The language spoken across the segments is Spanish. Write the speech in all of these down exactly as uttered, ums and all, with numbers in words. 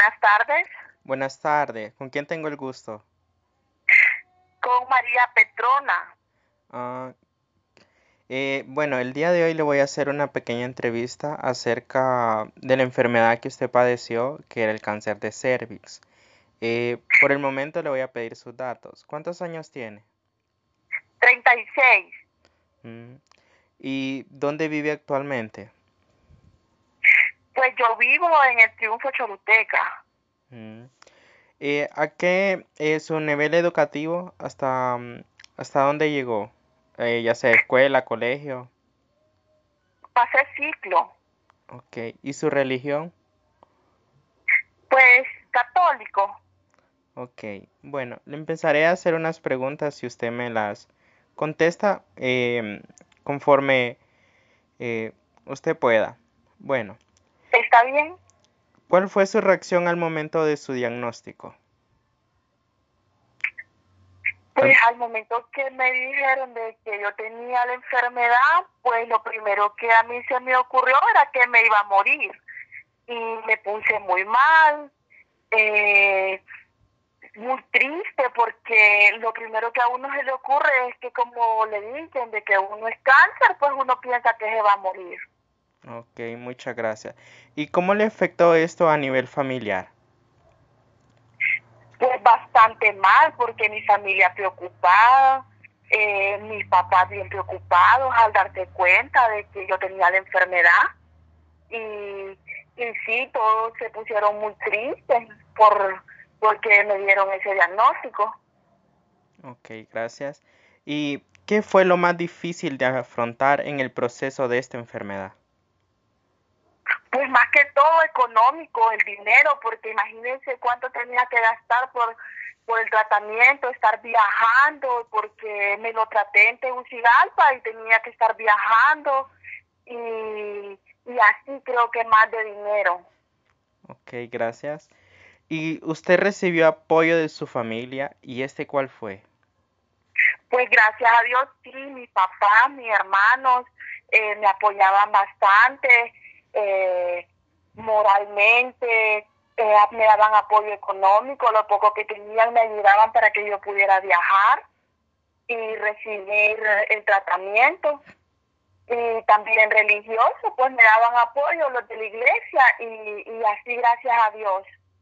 Buenas tardes, Buenas tardes, ¿con quién tengo el gusto? con María Petrona. Ah, eh, bueno, el día de hoy le voy a hacer una pequeña entrevista acerca de la enfermedad que usted padeció, que era el cáncer de cervix. Eh, por el momento le voy a pedir sus datos. ¿Cuántos años tiene? Treinta y seis. Mm, ¿Y dónde vive actualmente? Pues yo vivo en el Triunfo Choluteca. Mm, eh, ¿A qué es su nivel educativo? ¿Hasta, mm, hasta dónde llegó? Eh, ya sea escuela, colegio. Pasé ciclo. Ok, ¿y su religión? Pues católico. Ok, bueno, le empezaré a hacer unas preguntas si usted me las contesta em, conforme eh, usted pueda. Bueno, ¿Está bien? ¿cuál fue su reacción al momento de su diagnóstico? Pues Al- al momento que me dijeron de que yo tenía la enfermedad, pues lo primero que a mí se me ocurrió era que me iba a morir. Y me puse muy mal, eh, muy triste, porque lo primero que a uno se le ocurre es que, como le dicen de que uno es cáncer, pues uno piensa que se va a morir. ok, muchas gracias. ¿Y cómo le afectó esto a nivel familiar? Pues bastante mal, porque mi familia preocupada, eh, mis papás bien preocupados al darse cuenta de que yo tenía la enfermedad. Y, y sí, todos se pusieron muy tristes por porque me dieron ese diagnóstico. Ok, gracias. ¿Y qué fue lo más difícil de afrontar en el proceso de esta enfermedad? Pues más que todo económico, el dinero, porque imagínense cuánto tenía que gastar por, por el tratamiento, estar viajando, porque me lo traté en Tegucigalpa y tenía que estar viajando, y, y así creo que más de dinero. Ok, gracias. ¿Y usted recibió apoyo de su familia y este cuál fue? Pues gracias a Dios, sí, mi papá, mis hermanos eh, me apoyaban bastante, eh, moralmente, eh, me daban apoyo económico, lo poco que tenían me ayudaban para que yo pudiera viajar y recibir el tratamiento. Y también religioso, pues me daban apoyo los de la iglesia, y, y así gracias a Dios.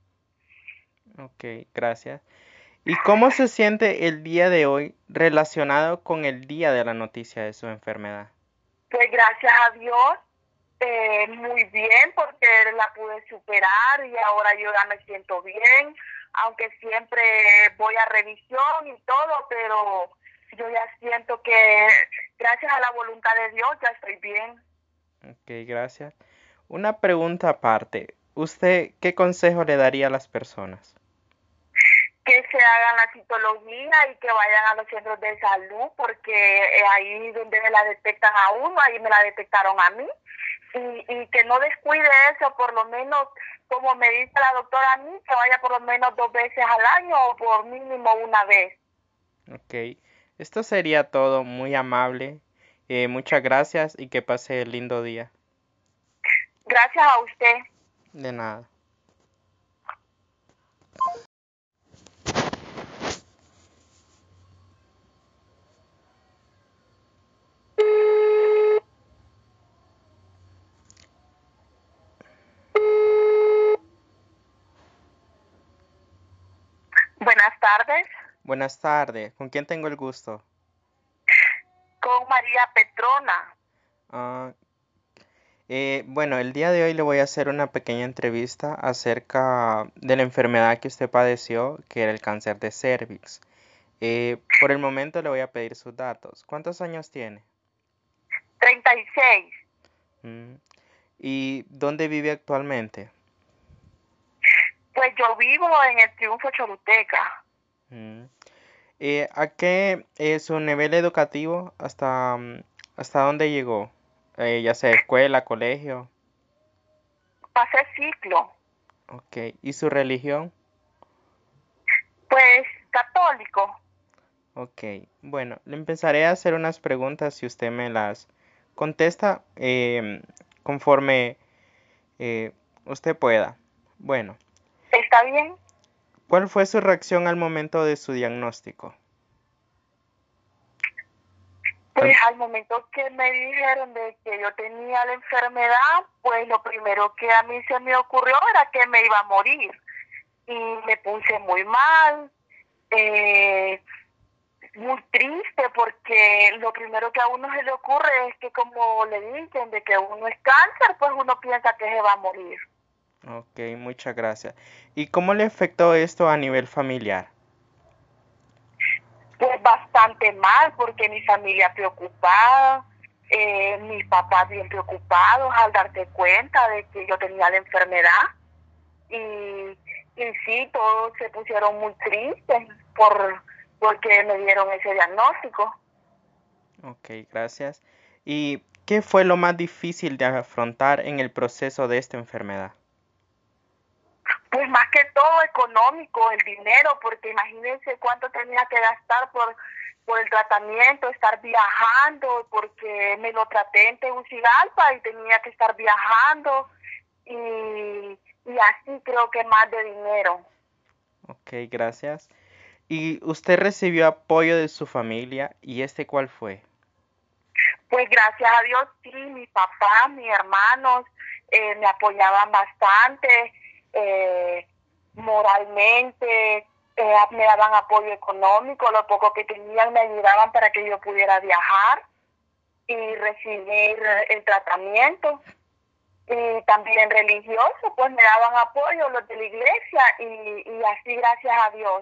Ok, gracias. ¿Y cómo se siente el día de hoy relacionado con el día de la noticia de su enfermedad? Pues gracias a Dios, eh, muy bien, porque la pude superar y ahora yo ya me siento bien, aunque siempre voy a revisión y todo, pero yo ya siento que gracias a la voluntad de Dios ya estoy bien. Ok, gracias. Una pregunta aparte. ¿Usted qué consejo le daría a las personas? Que se hagan la citología y que vayan a los centros de salud, porque eh, ahí donde me la detectan a uno, ahí me la detectaron a mí. Y, y que no descuide eso, por lo menos, como me dice la doctora a mí, que vaya por lo menos dos veces al año o por mínimo una vez. Ok, esto sería todo muy amable. Eh, muchas gracias y que pase el lindo día. Gracias a usted. De nada. Buenas tardes, Buenas tardes. ¿Con quién tengo el gusto? con María Petrona. Ah, eh, bueno, el día de hoy le voy a hacer una pequeña entrevista acerca de la enfermedad que usted padeció, que era el cáncer de cervix. Eh, por el momento le voy a pedir sus datos. ¿Cuántos años tiene? Treinta y seis. Mm, ¿Y dónde vive actualmente? Pues yo vivo en el Triunfo Choluteca. Mm, eh, ¿A qué es su nivel educativo? ¿Hasta, mm, hasta dónde llegó? Eh, ya sea escuela, colegio. Pasé ciclo. Ok. ¿Y su religión? Pues católico. Ok. Bueno, le empezaré a hacer unas preguntas si usted me las contesta em, conforme eh, usted pueda. Bueno, ¿Está bien? ¿Cuál fue su reacción al momento de su diagnóstico? Pues Al- al momento que me dijeron de que yo tenía la enfermedad, pues lo primero que a mí se me ocurrió era que me iba a morir. Y me puse muy mal, eh, muy triste, porque lo primero que a uno se le ocurre es que, como le dicen, de que uno es cáncer, pues uno piensa que se va a morir. Ok, muchas gracias. ¿Y cómo le afectó esto a nivel familiar? Pues bastante mal, porque mi familia preocupada, eh, mis papás bien preocupados al darte cuenta de que yo tenía la enfermedad. Y, y sí, todos se pusieron muy tristes por porque me dieron ese diagnóstico. Ok, gracias. ¿Y qué fue lo más difícil de afrontar en el proceso de esta enfermedad? Pues más que todo económico, el dinero, porque imagínense cuánto tenía que gastar por, por el tratamiento, estar viajando, porque me lo traté en Tegucigalpa y tenía que estar viajando, y, y así creo que más de dinero. Ok, gracias. ¿Y usted recibió apoyo de su familia? ¿Y este cuál fue? Pues gracias a Dios, sí, mi papá, mis hermanos eh, me apoyaban bastante, eh, moralmente, eh, me daban apoyo económico, lo poco que tenían me ayudaban para que yo pudiera viajar y recibir el tratamiento. Y también religioso, pues me daban apoyo los de la iglesia, y, y así gracias a Dios.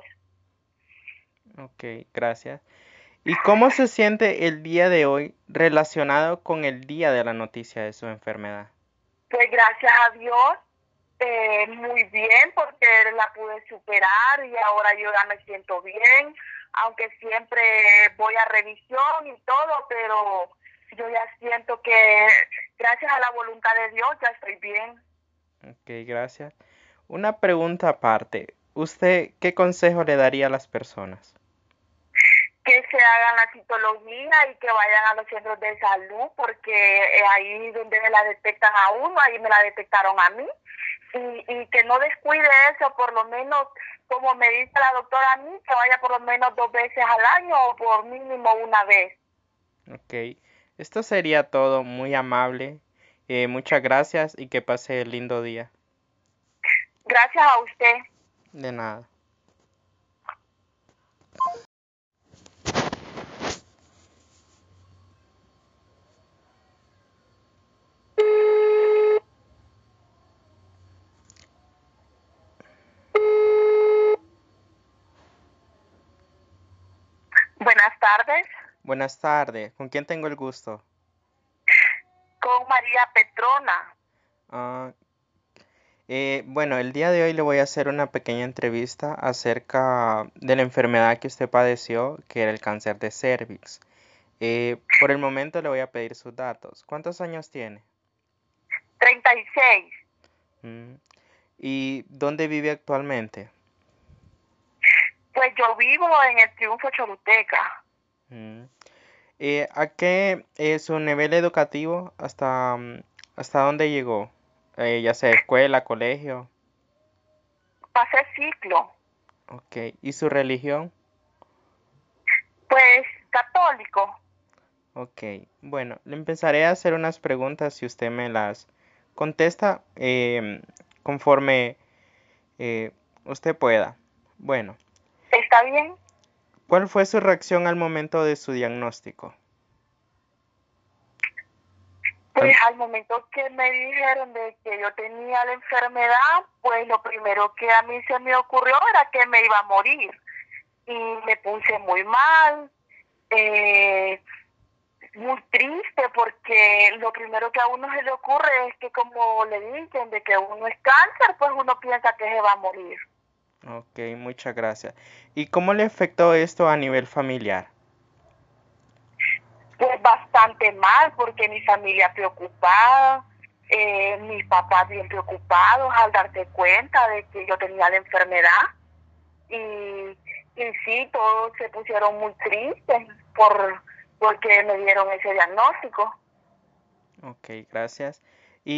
Ok, gracias. ¿Y cómo se siente el día de hoy relacionado con el día de la noticia de su enfermedad? Pues gracias a Dios, eh, muy bien, porque la pude superar y ahora yo ya me siento bien, aunque siempre voy a revisión y todo, pero yo ya siento que gracias a la voluntad de Dios ya estoy bien. Ok, gracias. Una pregunta aparte. ¿Usted qué consejo le daría a las personas? Que se hagan la citología y que vayan a los centros de salud, porque eh, ahí donde me la detectan a uno, ahí me la detectaron a mí. Y, y que no descuide eso, por lo menos, como me dice la doctora a mí, que vaya por lo menos dos veces al año o por mínimo una vez. Ok, esto sería todo muy amable. Eh, muchas gracias y que pase lindo día. Gracias a usted. De nada. Buenas tardes, Buenas tardes. ¿Con quién tengo el gusto? con María Petrona. Ah, eh, bueno, el día de hoy le voy a hacer una pequeña entrevista acerca de la enfermedad que usted padeció, que era el cáncer de cervix. Eh, por el momento le voy a pedir sus datos. ¿Cuántos años tiene? Treinta y seis. Mm, ¿Y dónde vive actualmente? Pues yo vivo en el Triunfo Choluteca. Mm, eh, ¿a qué eh, su nivel educativo hasta, mm, hasta dónde llegó? Eh, ya sea escuela, colegio. Pasé ciclo. Ok. ¿Y su religión? Pues católico. Ok. Bueno, le empezaré a hacer unas preguntas si usted me las contesta em, conforme eh, usted pueda. Bueno, ¿Está bien? ¿cuál fue su reacción al momento de su diagnóstico? Pues Al- al momento que me dijeron de que yo tenía la enfermedad, pues lo primero que a mí se me ocurrió era que me iba a morir. Y me puse muy mal, eh, muy triste, porque lo primero que a uno se le ocurre es que, como le dicen, de que uno es cáncer, pues uno piensa que se va a morir. ok, muchas gracias. ¿Y cómo le afectó esto a nivel familiar? Pues bastante mal, porque mi familia preocupada, eh, mis papás bien preocupados al darte cuenta de que yo tenía la enfermedad. Y, y sí, todos se pusieron muy tristes por porque me dieron ese diagnóstico. Ok, gracias. ¿Y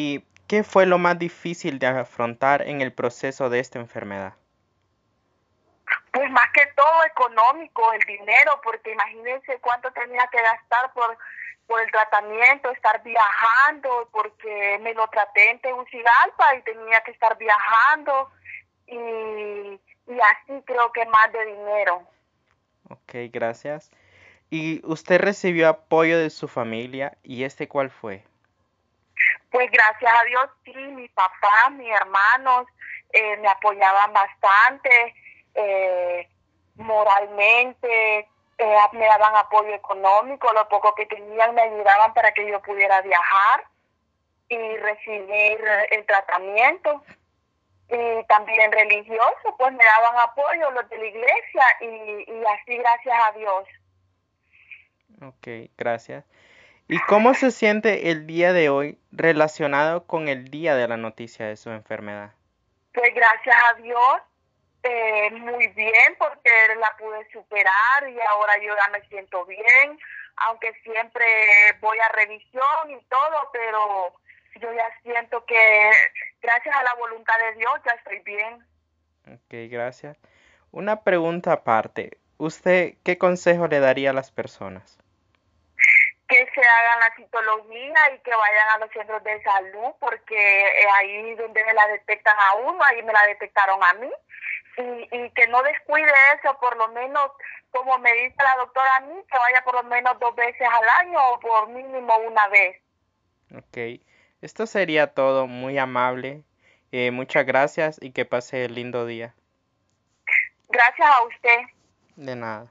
¿qué fue lo más difícil de afrontar en el proceso de esta enfermedad? Pues más que todo económico, el dinero, porque imagínense cuánto tenía que gastar por, por el tratamiento, estar viajando, porque me lo traté en Tegucigalpa y tenía que estar viajando y, y así creo que más de dinero. Ok, gracias. ¿Y usted recibió apoyo de su familia y este cuál fue? Pues gracias a Dios, sí, mi papá, mis hermanos eh, me apoyaban bastante, eh, moralmente, eh, me daban apoyo económico, lo poco que tenían me ayudaban para que yo pudiera viajar y recibir el tratamiento. Y también religioso, pues me daban apoyo los de la iglesia y, y así gracias a Dios. Ok, gracias. ¿Y cómo se siente el día de hoy relacionado con el día de la noticia de su enfermedad? Pues gracias a Dios, eh, muy bien, porque la pude superar y ahora yo ya me siento bien, aunque siempre voy a revisión y todo, pero yo ya siento que gracias a la voluntad de Dios ya estoy bien. Ok, gracias. Una pregunta aparte. ¿Usted qué consejo le daría a las personas? Que se hagan la citología y que vayan a los centros de salud, porque ahí donde me la detectan a uno, ahí me la detectaron a mí, y, y que no descuide eso, por lo menos, como me dice la doctora a mí, que vaya por lo menos dos veces al año o por mínimo una vez. Ok, esto sería todo, muy amable. Eh, muchas gracias y que pase lindo día. Gracias a usted. De nada.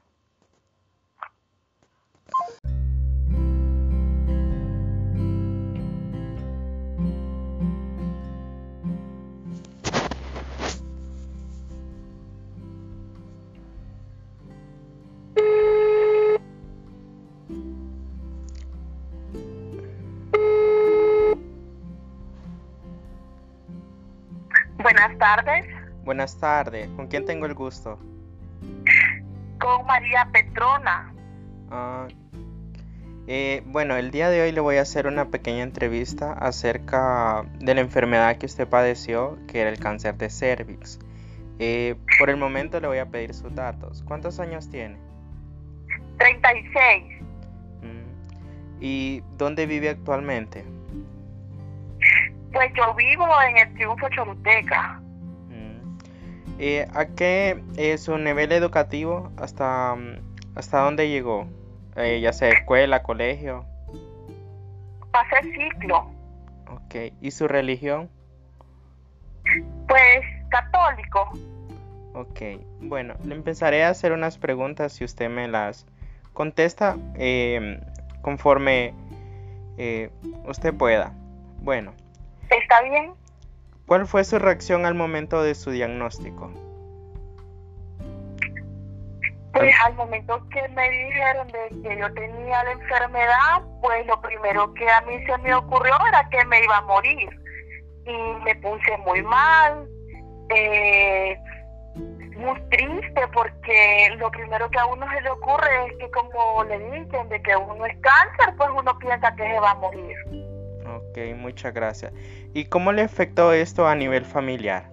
Buenas tardes, Buenas tardes. ¿Con quién tengo el gusto? con María Petrona. Ah, eh, bueno, el día de hoy le voy a hacer una pequeña entrevista acerca de la enfermedad que usted padeció, que era el cáncer de cervix. Eh, por el momento le voy a pedir sus datos. ¿Cuántos años tiene? treinta y seis. Mm, ¿Y dónde vive actualmente? Pues yo vivo en el Triunfo Choluteca. Mm, eh, ¿A qué es su nivel educativo? ¿Hasta, mm, hasta dónde llegó? Eh, ya sea escuela, colegio. Pasé ciclo. Ok. ¿Y su religión? Pues católico. Ok. Bueno, le empezaré a hacer unas preguntas si usted me las contesta eh, conforme eh, usted pueda. Bueno, ¿Está bien? ¿cuál fue su reacción al momento de su diagnóstico? Pues al momento que me dijeron de que yo tenía la enfermedad, pues lo primero que a mí se me ocurrió era que me iba a morir. Y me puse muy mal, eh, muy triste, porque lo primero que a uno se le ocurre es que, como le dicen, de que uno es cáncer, pues uno piensa que se va a morir. Ok, muchas gracias. ¿Y cómo le afectó esto a nivel familiar?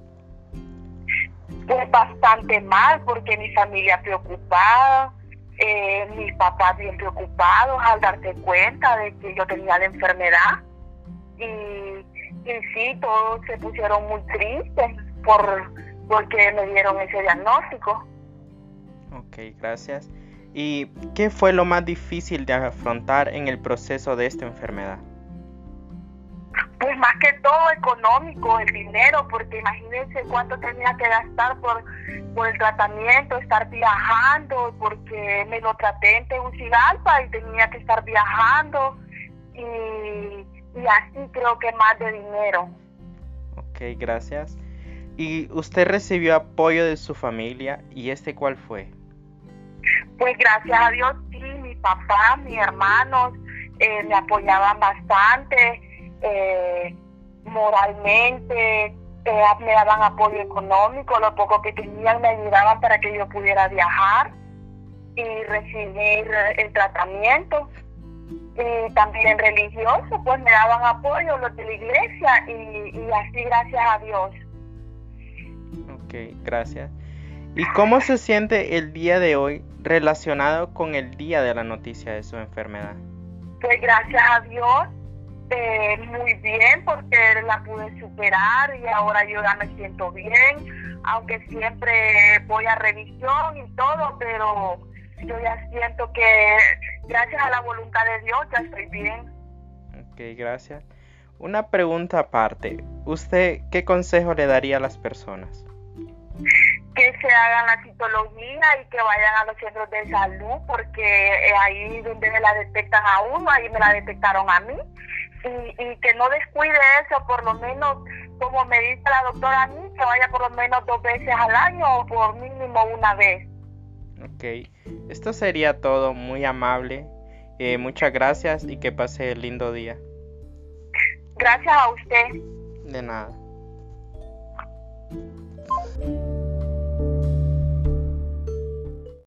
Pues bastante mal, porque mi familia preocupada, eh, mis papás bien preocupados al darse cuenta de que yo tenía la enfermedad. Y, y sí, todos se pusieron muy tristes por, porque me dieron ese diagnóstico. Ok, gracias. ¿Y qué fue lo más difícil de afrontar en el proceso de esta enfermedad? Pues más que todo económico, el dinero, porque imagínense cuánto tenía que gastar por, por el tratamiento, estar viajando, porque me lo traté en Tegucigalpa y tenía que estar viajando, y, y así creo que más de dinero. Ok, gracias. ¿Y usted recibió apoyo de su familia y este cuál fue? Pues gracias a Dios, sí, mi papá, mis hermanos eh, me apoyaban bastante, eh, moralmente, eh, me daban apoyo económico, lo poco que tenían me ayudaban para que yo pudiera viajar y recibir el tratamiento. y también religioso, pues me daban apoyo los de la iglesia y, y así gracias a Dios. Ok, gracias. ¿Y cómo se siente el día de hoy relacionado con el día de la noticia de su enfermedad? Pues gracias a Dios, eh, muy bien, porque la pude superar y ahora yo ya me siento bien, aunque siempre voy a revisión y todo, pero yo ya siento que gracias a la voluntad de Dios ya estoy bien. Ok, gracias. Una pregunta aparte. ¿Usted qué consejo le daría a las personas? Que se hagan la citología y que vayan a los centros de salud, porque ahí donde me la detectan a uno, ahí me la detectaron a mí, y, y que no descuide eso, por lo menos, como me dice la doctora a mí, que vaya por lo menos dos veces al año o por mínimo una vez. Ok, esto sería todo, muy amable. Eh, muchas gracias y que pase el lindo día. Gracias a usted. De nada.